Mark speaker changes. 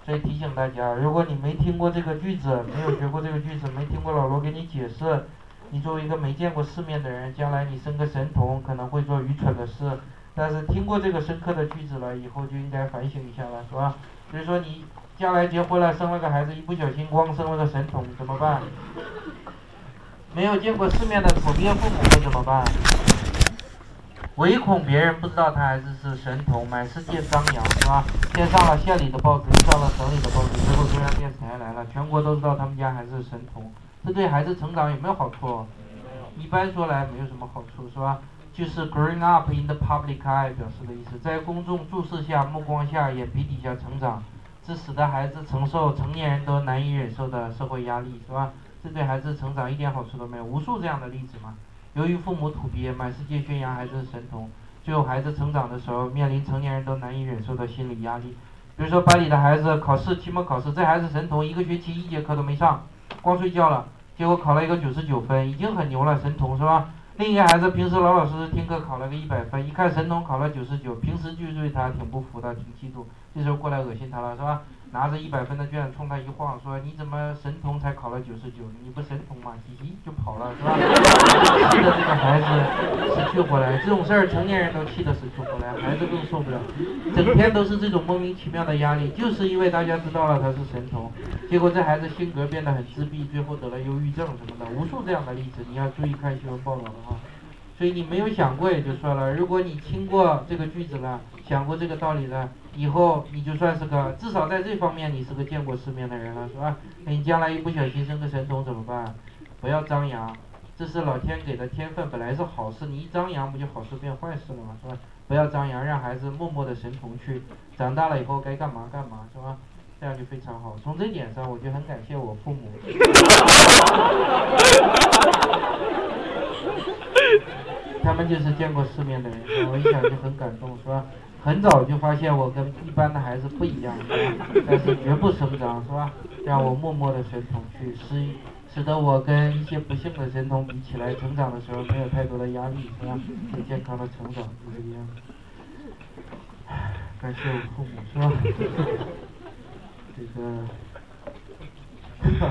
Speaker 1: 所以提醒大家，如果你没听过这个句子，没有学过这个句子，没听过老罗给你解释，你作为一个没见过世面的人，将来你生个神童可能会做愚蠢的事。但是听过这个深刻的句子了以后，就应该反省一下了，是吧？比如说你将来结婚了，生了个孩子，一不小心光生了个神童，怎么办？没有见过世面的土鳖父母会怎么办？唯恐别人不知道他孩子是神童，满世界张扬，是吧？先上了县里的报纸，又上了省里的报纸，最后中央电视台来了，全国都知道他们家孩子是神童，这对孩子成长有没有好处？一般说来没有什么好处，是吧？就是 growing up in the public eye 表示的意思，在公众注视下、目光下、眼皮底下成长，这使得孩子承受成年人都难以忍受的社会压力，是吧？这对孩子成长一点好处都没有，无数这样的例子嘛。由于父母土鳖，满世界宣扬孩子是神童，最后孩子成长的时候面临成年人都难以忍受的心理压力。比如说班里的孩子考试，期末考试，这孩子神童，一个学期1节课都没上，光睡觉了，结果考了一个99分，已经很牛了，神童，是吧？另一个孩子平时老老实实听课，考了个100分，一看神童考了99，平时就对他挺不服的，挺嫉妒，这时候过来恶心他了，是吧？拿着100分的卷冲他一晃，说你怎么神童才考了99？你不神童吗？嘻嘻就跑了，是吧？气得这个孩子死去活来，这种事儿成年人都气得死去活来，孩子更受不了，整天都是这种莫名其妙的压力，就是因为大家知道了他是神童，结果这孩子性格变得很自闭，最后得了忧郁症什么的，无数这样的例子，你要注意看新闻报道的话。所以你没有想过也就算了，如果你听过这个句子了，想过这个道理了，以后你就算是个，至少在这方面你是个见过世面的人了，是吧？你将来一不小心生个神童怎么办？不要张扬，这是老天给的天分，本来是好事，你一张扬不就好事变坏事了吗？是吧？不要张扬，让孩子默默的神童去，长大了以后该干嘛干嘛，是吧？这样就非常好。从这点上，我就很感谢我父母。他们就是见过世面的人，我一想就很感动，是吧？很早就发现我跟一般的孩子不一样，是吧？但是绝不声张，是吧？让我默默的神童去，使得我跟一些不幸的神童比起来，成长的时候没有太多的压力，是吧？有健康的成长，就这个样子。感谢我父母，是吧？这个。